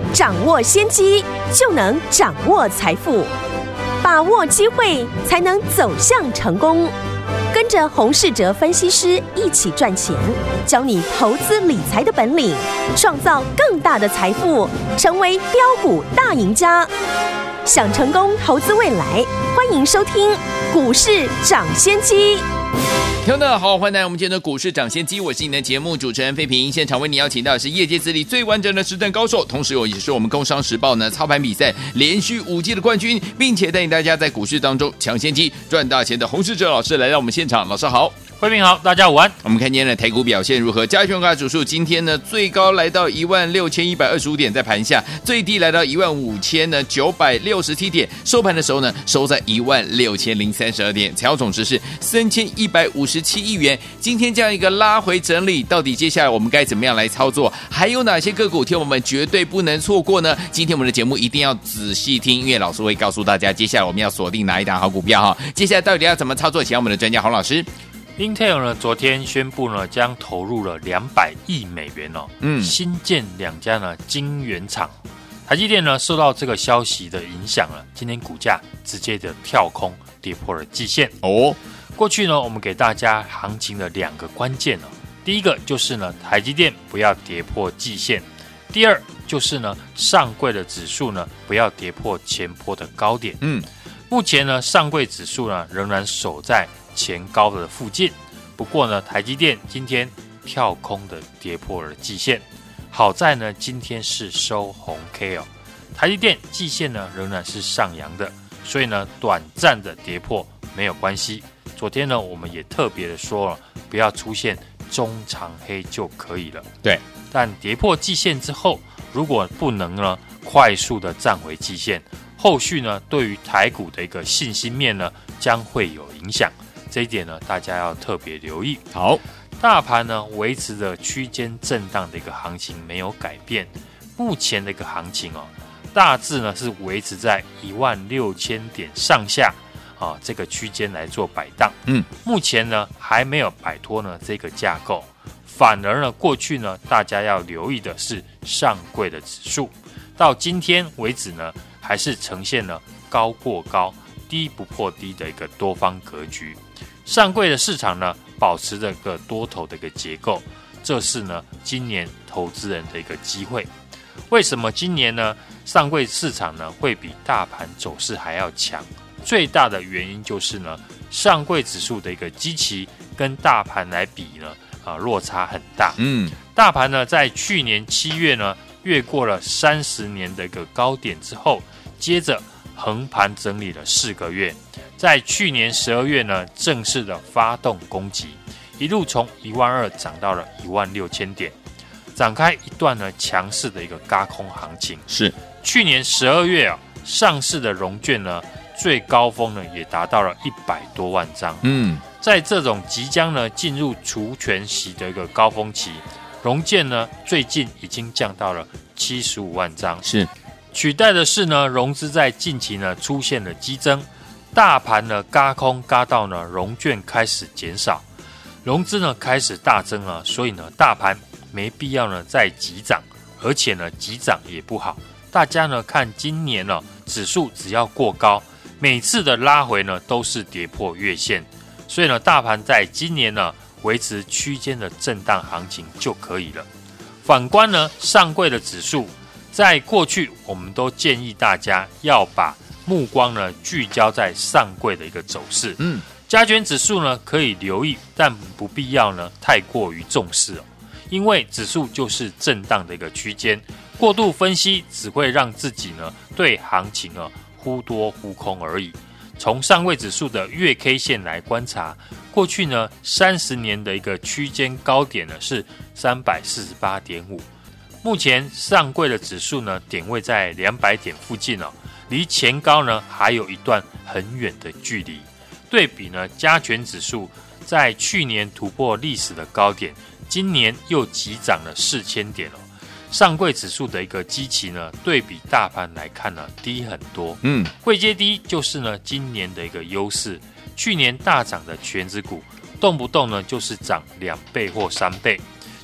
掌握先机，就能掌握财富。把握机会，才能走向成功。跟着洪士哲分析师一起赚钱，教你投资理财的本领，创造更大的财富，成为标股大赢家。想成功投资未来，欢迎收听股市涨先机。 听众好，欢迎来到我们今天的股市涨先机，我是你的节目主持人费平。现场为你邀请到的是业界资历最完整的实战高手，同时也是我们工商时报呢操盘比赛连续5季的冠军，并且带领大家在股市当中抢先机赚大钱的洪士哲老师来到我们现场。老师好。 慧平好，大家午安。 我们看今天的台股表现如何？加权指数今天呢最高来到16125点，在盘下最低来到15967点，收盘的时候呢收在16032点，成交总值是3157亿元。今天这样一个拉回整理，到底接下来我们该怎么样来操作？还有哪些个股听我们绝对不能错过呢？今天我们的节目一定要仔细听，因为老师会告诉大家接下来我们要锁定哪一档好股票哈。接下来到底要怎么操作？请我们的专家洪老师。 Intel 呢，昨天宣布呢，将投入了200亿美元哦，新建2家呢晶圆厂。台积电呢，受到这个消息的影响了，今天股价直接的跳空，跌破了季线哦。过去呢，我们给大家行情的2个关键哦，第一个就是呢，台积电不要跌破季线；第二就是呢，上柜的指数呢不要跌破前波的高点。目前呢，上柜指数呢仍然守在前高的附近，不过呢，台积电今天跳空的跌破了季线，好在呢，今天是收红 K 哦，台积电季线呢仍然是上扬的，所以呢，短暂的跌破没有关系。昨天呢，我们也特别的说了，不要出现中长黑就可以了。 对， 但跌破季线之后，如果不能呢快速的站回季线，后续呢对于台股的一个信心面呢将会有影响。这一点呢，大家要特别留意。 好， 大盘呢维持着区间震荡的一个行情没有改变，目前的一个行情哦，大致呢是维持在16000点上下啊这个区间来做摆荡。目前呢还没有摆脱呢这个架构，反而呢过去呢大家要留意的是上柜的指数，到今天为止呢还是呈现了高过高，低不破低的一个多方格局。上柜的市场呢，保持着个多头的一个结构，这是呢今年投资人的一个机会。为什么今年呢上柜市场呢会比大盘走势还要强？最大的原因就是呢上柜指数的一个基期跟大盘来比呢落差很大。大盘呢在去年7月呢越过了30年的一个高点之后，接着横盘整理了4个月，在去年12月呢正式的发动攻击，一路从12000涨到了16000点，展开一段呢强势的一个軋空行情。 是去年12月上市的融券呢最高峰呢也达到了100多万张。在这种即将呢进入除权息的一个高峰期，融券呢最近已经降到了75万张， 是取代的是呢融资在近期呢出现了激增，大盘呢軋空軋到呢融券开始减少，融资呢开始大增了，所以呢大盘没必要呢再急涨，而且呢急涨也不好。大家呢看今年呢指数只要过高，每次的拉回呢都是跌破月线，所以呢大盘在今年呢维持区间的震荡行情就可以了。反观呢上柜的指数，在过去我们都建议大家要把目光呢聚焦在上柜的一个走势。加权指数呢可以留意，但不必要呢太过于重视哦，因为指数就是震荡的一个区间，过度分析只会让自己呢对行情忽多忽空而已。从上柜指数的月 K 线来观察，过去呢30年的一个区间高点呢是 348.5， 目前上柜的指数呢点位在200点附近哦，离前高呢还有一段很远的距离。对比呢加权指数在去年突破历史的高点，今年又急涨了4000点哦。上柜指数的一个基期呢，对比大盘来看呢低很多。位阶低就是呢今年的一个优势。去年大涨的权值股，动不动呢就是涨2倍或3倍。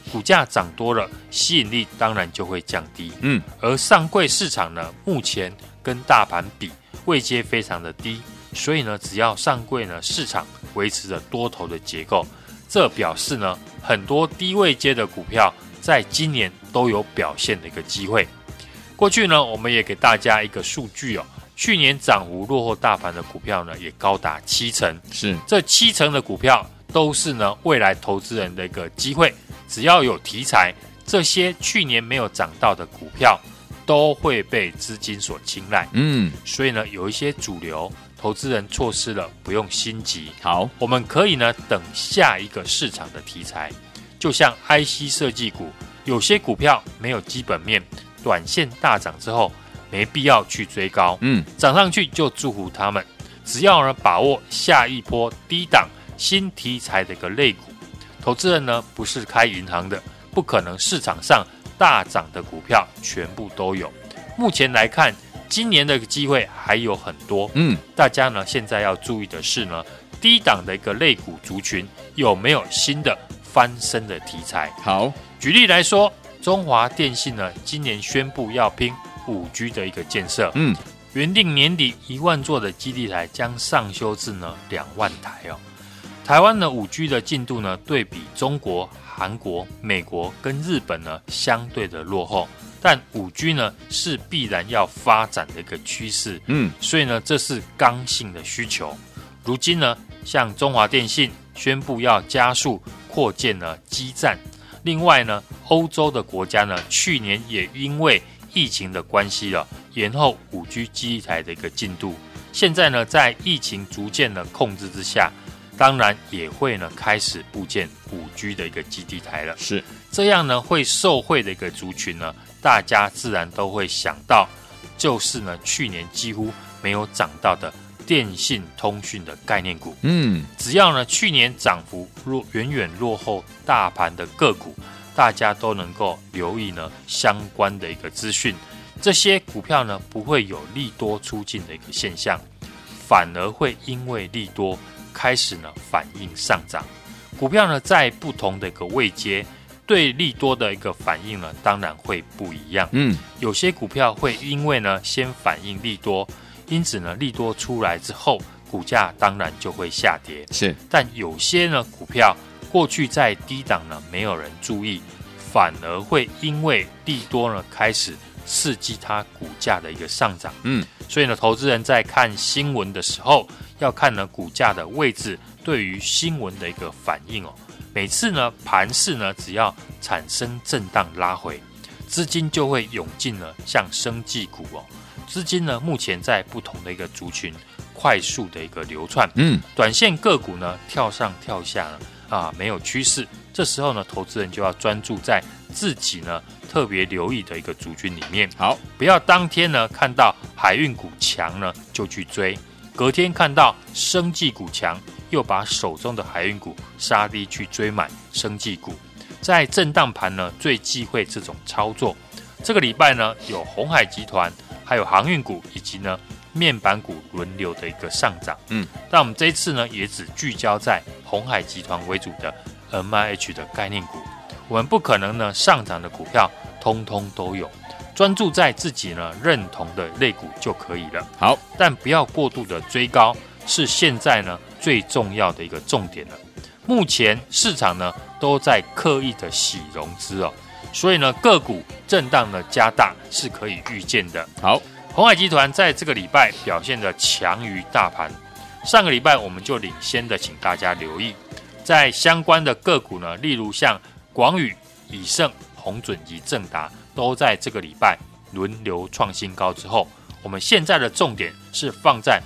股价涨多了，吸引力当然就会降低。而上柜市场呢，目前跟大盘比位阶非常的低，所以呢，只要上柜呢市场维持着多头的结构，这表示呢，很多低位阶的股票在今年都有表现的一个机会。过去呢，我们也给大家一个数据哦，去年涨幅落后大盘的股票呢，也高达70%。 是， 这70%的股票都是呢未来投资人的一个机会。只要有题材，这些去年没有涨到的股票都会被资金所青睐。所以呢，有一些主流投资人错失了，不用心急。 好， 我们可以呢等下一个市场的题材。就像 IC 设计股，有些股票没有基本面，短线大涨之后，没必要去追高。涨上去就祝福他们。只要呢把握下一波低档新题材的一个类股。投资人呢不是开银行的，不可能市场上大涨的股票全部都有。目前来看，今年的机会还有很多。大家呢现在要注意的是呢，低档的一个类股族群有没有新的翻身的题材。 好， 举例来说，中华电信呢今年宣布要拼 5G 的一个建设。原定年底1万座的基地台将上修至呢2万台哦。台湾的 5G 的进度呢，对比中国、韩国、美国跟日本呢，相对的落后。但 5G 呢，是必然要发展的一个趋势。所以呢，这是刚性的需求。如今呢，像中华电信宣布要加速扩建呢基站。另外呢，欧洲的国家呢，去年也因为疫情的关系了，延后 5G 基地台的一个进度。现在呢，在疫情逐渐的控制之下，当然也会呢开始布建 5G 的一个基地台了。 是， 这样呢会受惠的一个族群呢，大家自然都会想到，就是呢去年几乎没有涨到的电信通讯的概念股。只要呢去年涨幅远远落后大盘的个股，大家都能够留意呢相关的一个资讯。这些股票呢不会有利多出尽的一个现象，反而会因为利多开始呢反应上涨。股票呢在不同的一个位阶，对利多的一个反应呢当然会不一样。有些股票会因为呢先反应利多，因此呢利多出来之后，股价当然就会下跌。 是， 但有些呢股票过去在低档呢没有人注意，反而会因为利多呢开始刺激它股价的一个上涨。所以呢投资人在看新闻的时候，要看呢股价的位置对于新闻的一个反应哦。每次呢盘势呢只要产生震荡拉回，资金就会涌进了像生技股哦。资金呢目前在不同的一个族群快速的一个流窜。短线个股呢跳上跳下呢没有趋势，这时候呢投资人就要专注在自己呢特别留意的一个族群里面。好，不要当天呢看到海运股强呢就去追，隔天看到生技股强，又把手中的海运股杀低去追买生技股。在震荡盘呢最忌讳这种操作。这个礼拜呢有鸿海集团，还有航运股以及呢面板股轮流的一个上涨。但我们这一次呢也只聚焦在鸿海集团为主的 MIH 的概念股。我们不可能呢上涨的股票通通都有，专注在自己呢认同的类股就可以了。好，但不要过度的追高，是现在呢最重要的一个重点了。目前市场呢都在刻意的洗融资哦，所以呢个股震荡的加大是可以预见的。好，鸿海集团在这个礼拜表现的强于大盘，上个礼拜我们就领先的请大家留意，在相关的个股呢，例如像广宇、以盛、鸿准及正达，都在这个礼拜轮流创新高之后，我们现在的重点是放在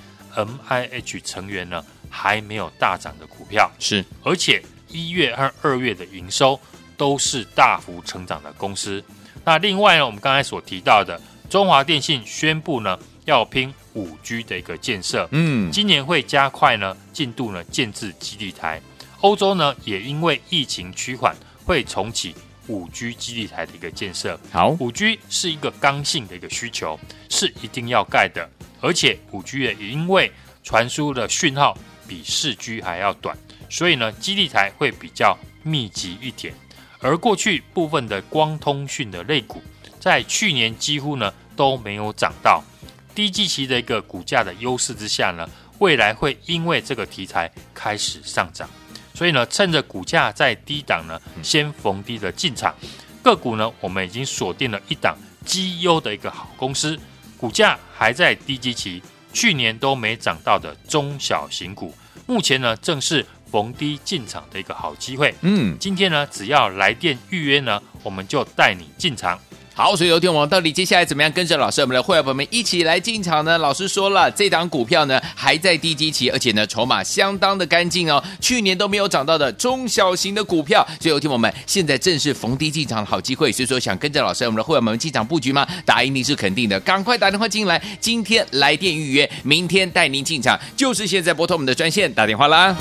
MIH 成员呢还没有大涨的股票，是，而且1月和2月的营收都是大幅成长的公司。那另外呢，我们刚才所提到的中华电信宣布呢要拼 5G 的一个建设，今年会加快呢进度呢建制基地台。欧洲呢也因为疫情趋缓，会重启 5G 基地台的一个建设。好， 5G 是一个刚性的一个需求，是一定要盖的，而且 5G 也因为传输的讯号比4G 还要短，所以呢基地台会比较密集一点。 而过去部分的光通讯的类股，在去年几乎呢都没有涨到。低基期的一个股价的优势之下呢，未来会因为这个题材开始上涨，所以呢，趁着股价在低档呢，先逢低的进场。个股呢，我们已经锁定了一档绩优的一个好公司，股价还在低基期，去年都没涨到的中小型股，目前呢正是逢低进场的一个好机会。今天呢，只要来电预约呢，我们就带你进场。 好，所以有听我们到底接下来怎么样跟着老师我们的会员朋友们一起来进场呢？老师说了，这档股票呢还在低基期，而且呢筹码相当的干净哦，去年都没有涨到的中小型的股票，所以有听我们现在正是逢低进场的好机会。所以说想跟着老师我们的会员们进场布局吗？答案一定是肯定的，赶快打电话进来，今天来电预约，明天带您进场，就是现在拨通我们的专线打电话啦。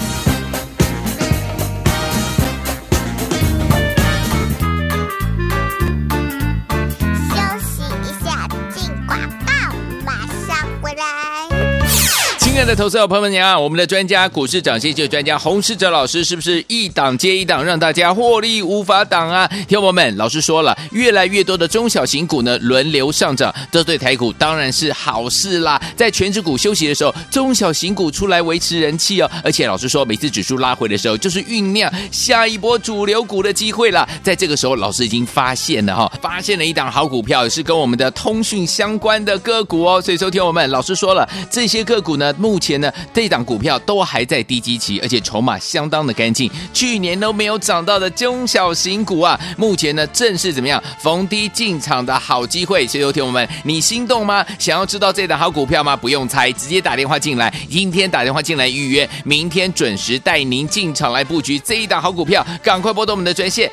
亲爱的投资者朋友们啊，我们的专家股市涨先机专家洪士哲老师是不是一档接一档让大家获利无法挡啊？听友们，老师说了，越来越多的中小型股呢轮流上涨，这对台股当然是好事啦。在全指股休息的时候，中小型股出来维持人气哦。而且老师说，每次指数拉回的时候，就是酝酿下一波主流股的机会啦。在这个时候，老师已经发现了发现了一档好股票，是跟我们的通讯相关的个股哦。所以说，听友们，老师说了，这些个股呢，目前呢，这档股票都还在低基期，而且筹码相当的干净，去年都没有涨到的中小型股啊，目前呢正是怎么样逢低进场的好机会。所以有听我们，你心动吗？想要知道这档好股票吗？不用猜，直接打电话进来，今天打电话进来预约，明天准时带您进场来布局这一档好股票，赶快拨动我们的专线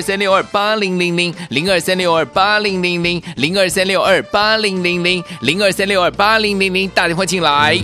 0236280000，0236280000，0236280000，打电话进来。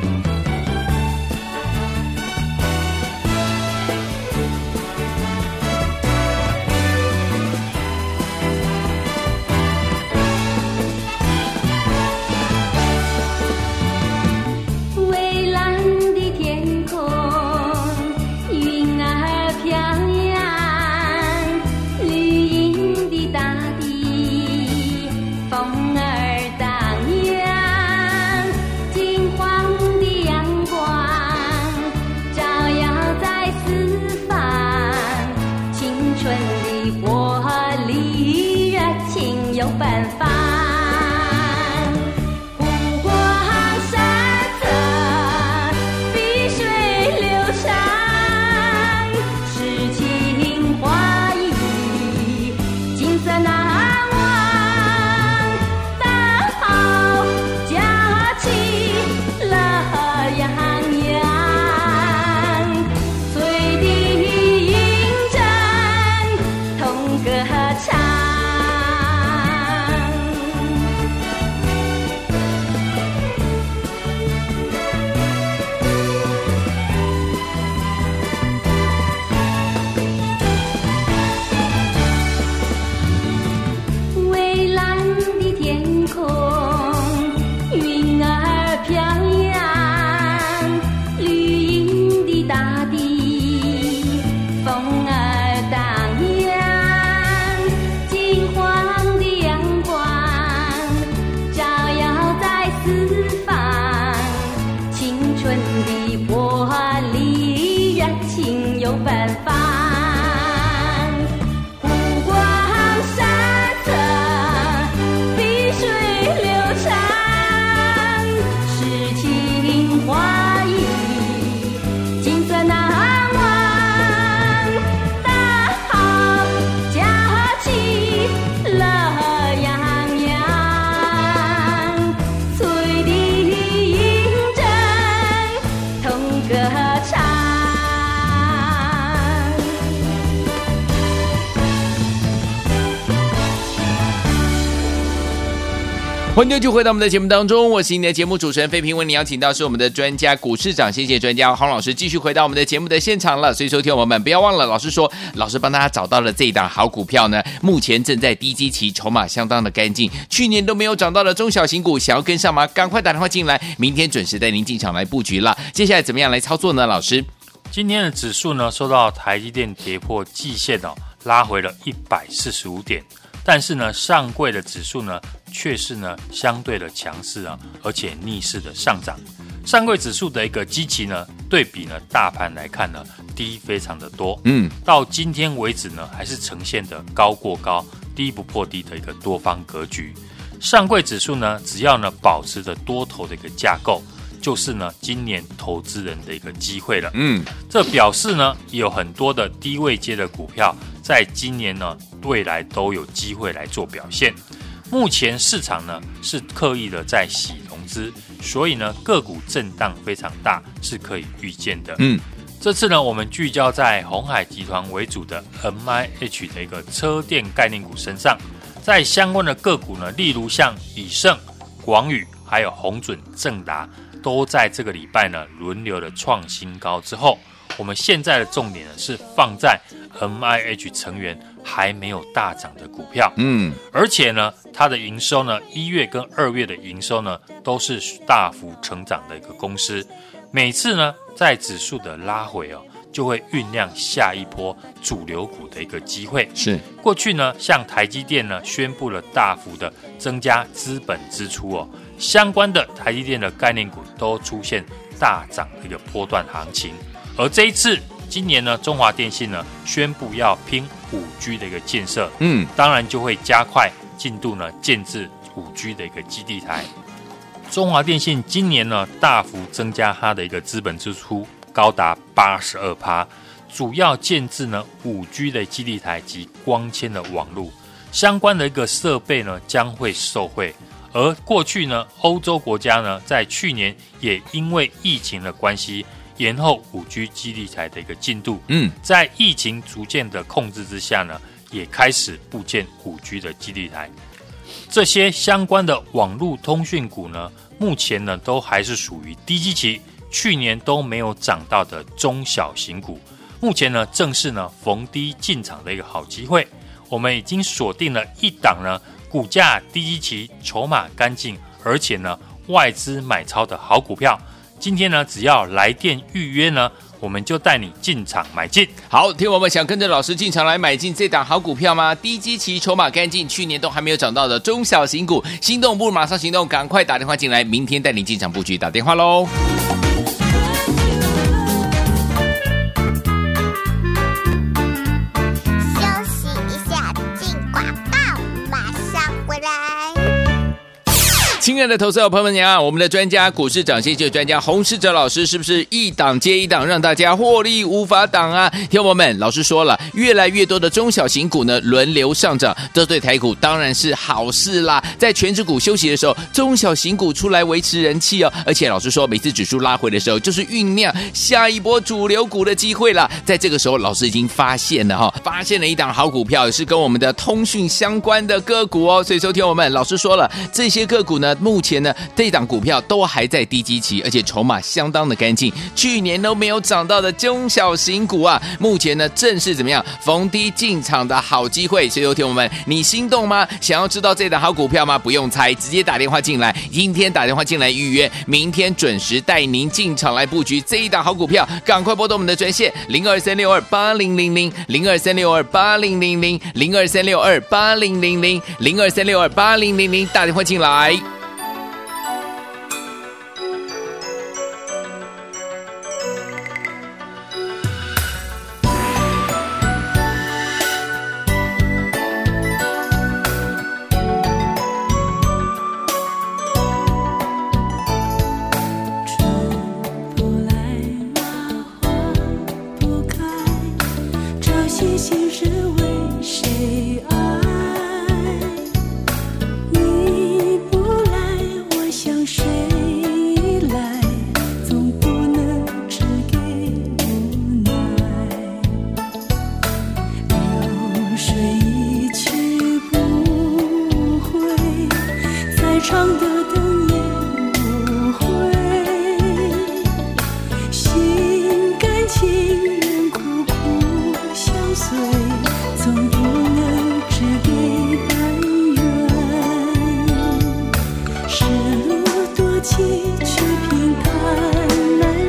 欢迎继续回到我们的节目当中，我是你的节目主持人费平，为你邀请到是我们的专家股市长先谢专家洪老师，继续回到我们的节目的现场了。所以收听我们不要忘了，老师说，老师帮大家找到了这一档好股票呢，目前正在低基期，筹码相当的干净，去年都没有涨到的中小型股，想要跟上吗？赶快打电话进来，明天准时带您进场来布局了。接下来怎么样来操作呢？老师， 今天的指数呢受到台积电跌破季线拉回了145点，但是呢，上柜的指数呢却是呢相对的强势啊，而且逆势的上涨。上柜指数的一个基期呢，对比呢大盘来看呢，低非常的多。到今天为止呢，还是呈现的高过高、低不破低的一个多方格局。上柜指数呢，只要呢保持着多头的一个架构，就是呢今年投资人的一个机会了。这表示呢，有很多的低位阶的股票，在今年呢未来都有机会来做表现。目前市场呢是刻意的在洗融资，所以呢个股震荡非常大，是可以预见的。这次呢我们聚焦在鸿海集团为主的 MIH 的一个车电概念股身上，在相关的个股呢，例如像以盛、广宇还有鸿准、正达，都在这个礼拜呢轮流的创新高之后，我们现在的重点呢是放在 MIH 成员还没有大涨的股票。而且呢它的营收呢1月跟2月的营收呢都是大幅成长的一个公司。每次呢在指数的拉回就会酝酿下一波主流股的一个机会。 是过去呢像台积电呢宣布了大幅的增加资本支出相关的台积电的概念股都出现大涨的一个波段行情。而这一次今年呢中华电信呢宣布要拼 5G 的一个建设，当然就会加快进度呢建制 5G 的一个基地台。中华电信今年呢大幅增加它的一个资本支出高达 82%， 主要建制呢 5G 的基地台及光纤的网路相关的一个设备呢将会受惠。而过去呢欧洲国家呢在去年也因为疫情的关系延后 5G 基地台的一个进度，在疫情逐渐的控制之下呢，也开始布建 5G 的基地台。这些相关的网络通讯股呢，目前呢都还是属于低基期，去年都没有涨到的中小型股。目前呢正是呢逢低进场的一个好机会。我们已经锁定了一档呢股价低基期、筹码干净，而且呢外资买超的好股票。今天呢只要来电预约呢，我们就带你进场买进。 好，听我们想跟着老师进场来买进这档好股票吗？低基期、筹码干净，去年都还没有涨到的中小型股，心动不如马上行动，赶快打电话进来，明天带你进场布局，打电话咯。亲爱的投资者朋友们我们的专家股市涨先机专家洪士哲老师是不是一档接一档让大家获利无法挡啊？听众们，老师说了，越来越多的中小型股呢轮流上涨，这对台股当然是好事啦。在全指股休息的时候，中小型股出来维持人气而且老师说，每次指数拉回的时候，就是酝酿下一波主流股的机会啦。在这个时候，老师已经发现了发现了一档好股票，是跟我们的通讯相关的个股所以说，听众们，老师说了，这些个股呢目前呢这档股票都还在低基期，而且筹码相当的干净，去年都没有涨到的中小型股目前呢正是怎么样逢低进场的好机会。所以有听我们，你心动吗？想要知道这档好股票吗？不用猜，直接打电话进来，今天打电话进来预约，明天准时带您进场来布局这一档好股票。赶快拨动我们的专线0236280000 0236280000 0236280000 0236280000，打电话进来。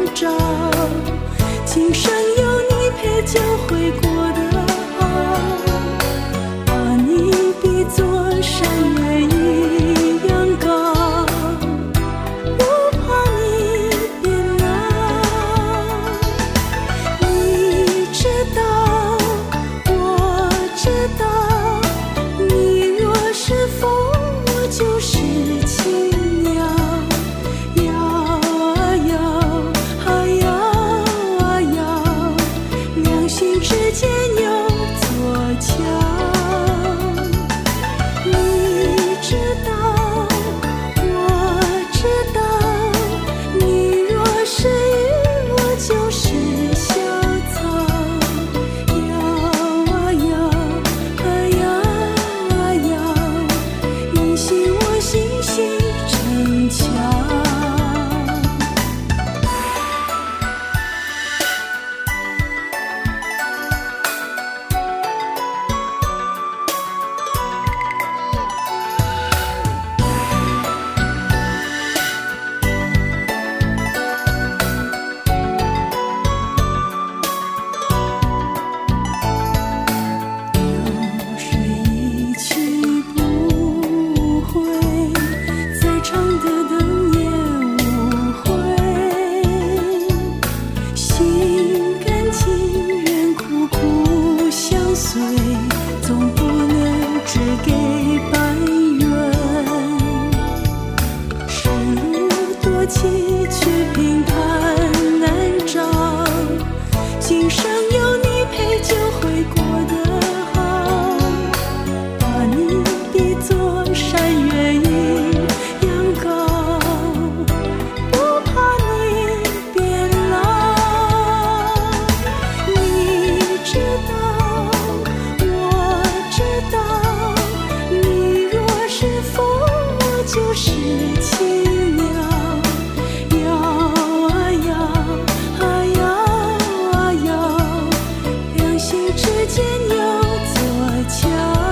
今生有你陪就会过得好。 默契却平坦安长，今生有你陪就会过得好，把你比作山岳一样高，不怕你变老。你知道，我知道，你若是风，我就是青鸟，摇啊摇啊摇啊摇，两心之间有座桥。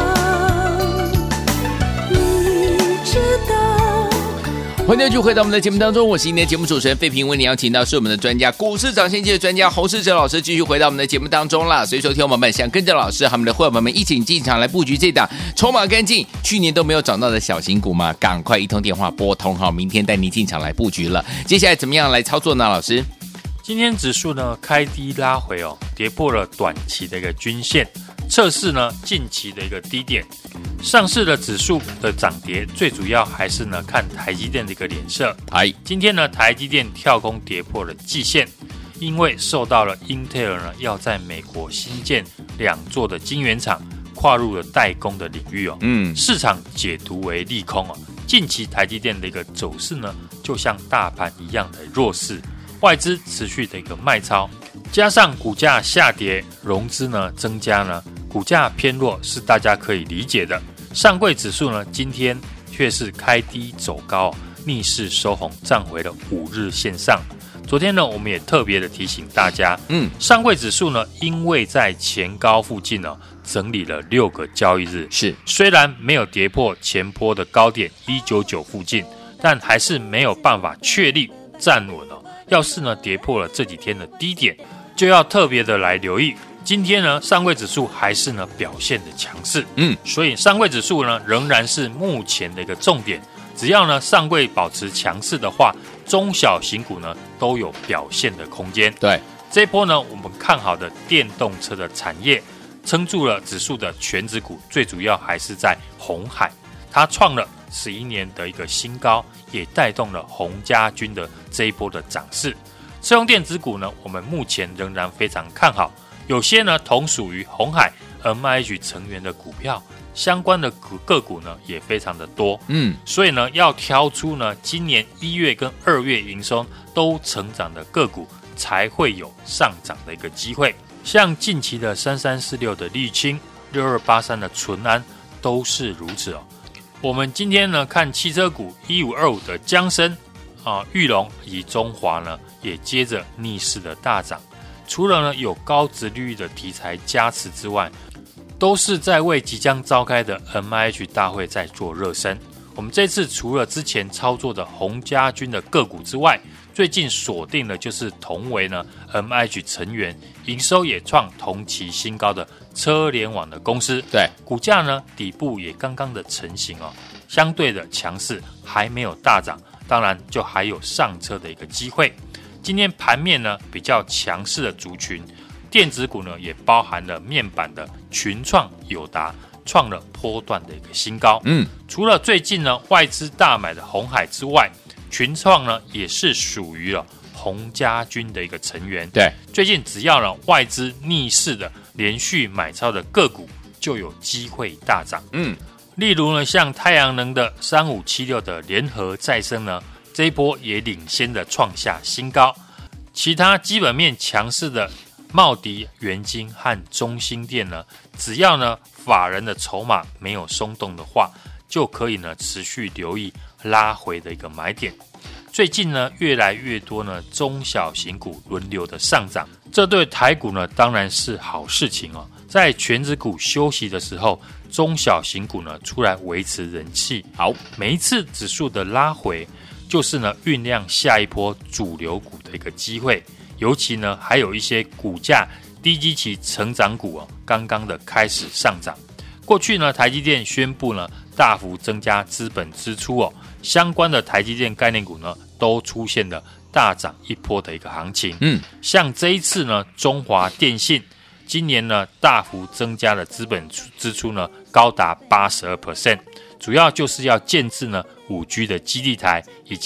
你知道。 欢迎继续回到我们的节目当中，我是今天的节目主持人费平，为您邀请到是我们的专家股市涨先机的专家洪士哲老师，继续回到我们的节目当中啦。所以说，听众朋友们想跟着老师和我们的会员们一起进场来布局这档筹码干净、去年都没有涨到的小型股吗？赶快一通电话拨通哈，明天带您进场来布局了。接下来怎么样来操作呢？老师， 今天指数呢开低拉回哦，跌破了短期的一个均线，测试呢近期的一个低点。上市的指数的涨跌，最主要还是呢看台积电的一个脸色。今天呢台积电跳空跌破了季线，因为受到了英特尔呢要在美国新建2座的晶圆厂，跨入了代工的领域哦。市场解读为利空哦。近期台积电的一个走势呢，就像大盘一样的弱势，外资持续的一个卖超，加上股价下跌，融资呢增加呢，股价偏弱是大家可以理解的。上柜指数呢今天却是开低走高，逆势收红，站回了5日线上。昨天呢我们也特别的提醒大家，上柜指数呢因为在前高附近呢整理了6个交易日，是虽然没有跌破前波的高点199附近，但还是没有办法确立站稳哦。要是呢跌破了这几天的低点，就要特别的来留意。今天呢上柜指数还是呢表现的强势，所以上柜指数呢仍然是目前的一个重点。只要呢上柜保持强势的话，中小型股呢都有表现的空间。对，这一波呢我们看好的电动车的产业撑住了指数的全指股，最主要还是在鸿海，它创了11年的一个新高，也带动了鸿家军的这一波的涨势。车用电子股呢我们目前仍然非常看好，有些呢同属于鸿海 MIH 成员的股票，相关的个股呢也非常的多，所以呢要挑出呢今年1月跟2月营收都成长的个股，才会有上涨的一个机会。像近期的3346的立青、6283的淳安都是如此哦。我们今天呢看汽车股1525的江森裕隆以及中华呢也接着逆势的大涨，除了呢有高殖利率的题材加持之外，都是在为即将召开的 MIH 大会在做热身。我们这次除了之前操作的鸿家军的个股之外，最近锁定的就是同为呢 MIH 成员，营收也创同期新高的车联网的公司。对，股价呢底部也刚刚的成型哦，相对的强势，还没有大涨，当然就还有上车的一个机会。今天盘面呢比较强势的族群，电子股呢也包含了面板的群创、友达，创了波段的一个新高。除了最近呢外资大买的鸿海之外，群创呢也是属于了鸿家军的一个成员。对，最近只要呢外资逆势的连续买超的个股，就有机会大涨。例如呢像太阳能的3576的联合再生呢，这一波也领先的创下新高。其他基本面强势的茂迪、元晶和中兴电呢，只要呢法人的筹码没有松动的话，就可以呢持续留意拉回的一个买点。最近呢越来越多呢中小型股轮流的上涨，这对台股呢当然是好事情哦。在全指股休息的时候，中小型股呢出来维持人气。好，每一次指数的拉回，就是呢酝酿下一波主流股的一个机会。尤其呢还有一些股价低基期成长股哦，刚刚的开始上涨。过去呢台积电宣布呢大幅增加资本支出哦，相关的台积电概念股呢都出现了大涨一波的一个行情。像这一次呢中华电信今年呢大幅增加了资本支出呢高达 82%， 主要就是要建置呢 5G 的基地台以及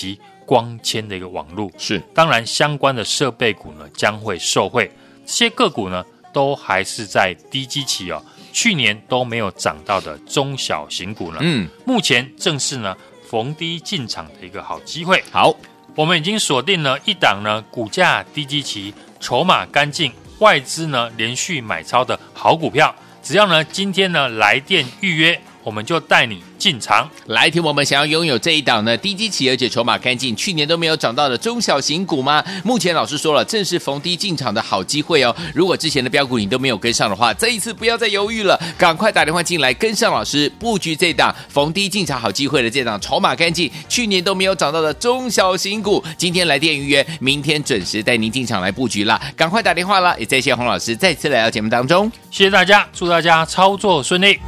光纤的一个网络， 是， 当然相关的设备股呢将会受惠，这些个股呢都还是在低基期哦，去年都没有涨到的中小型股呢，目前正是呢逢低进场的一个好机会。 好， 我们已经锁定了一档呢股价低基期、筹码干净、外资呢连续买超的好股票，只要呢今天呢来电预约，我们就带你进场。 来，听我们想要拥有这一档呢低基期而且筹码干净，去年都没有涨到的中小型股吗？目前老师说了，正是逢低进场的好机会哦。如果之前的标股你都没有跟上的话，这一次不要再犹豫了，赶快打电话进来跟上老师布局这档逢低进场好机会的这档筹码干净，去年都没有涨到的中小型股。今天来电预约，明天准时带您进场来布局啦，赶快打电话啦！也再谢洪老师再次来到节目当中， 谢谢大家，祝大家操作顺利。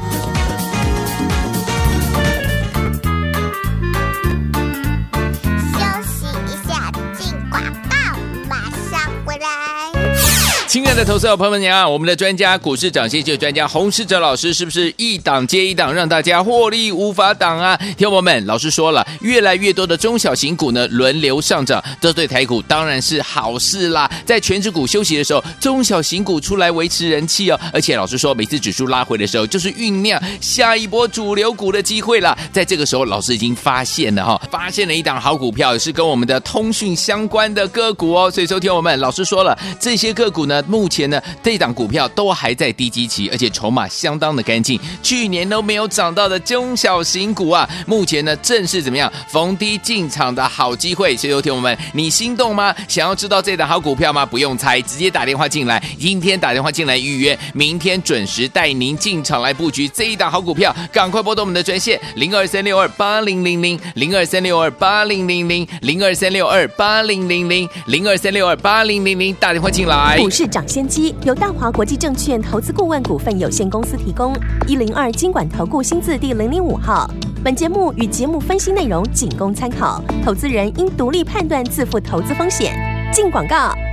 亲爱的投资者朋友们啊，我们的专家股市涨先机专家洪士哲老师是不是一档接一档让大家获利无法挡啊？听众朋友们，老师说了，越来越多的中小型股呢轮流上涨，这对台股当然是好事啦。在全指股休息的时候，中小型股出来维持人气哦，而且老师说，每次指数拉回的时候，就是酝酿下一波主流股的机会啦。在这个时候，老师已经发现了发现了一档好股票，也是跟我们的通讯相关的个股哦。所以说，听我们，老师说了，这些个股呢，目前呢，这档股票都还在低基期，而且筹码相当的干净，去年都没有涨到的中小型股啊，目前呢正是怎么样逢低进场的好机会。所以有听我们，你心动吗？想要知道这档好股票吗？不用猜，直接打电话进来，今天打电话进来预约，明天准时带您进场来布局这一档好股票，赶快拨动我们的专线0236280000，0236280000，0236280000，打电话进来。 股市涨先机由大华国际证券投资顾问股份有限公司提供，102金管投顾新字第005号。本节目与节目分析内容仅供参考，投资人应独立判断，自负投资风险。进广告。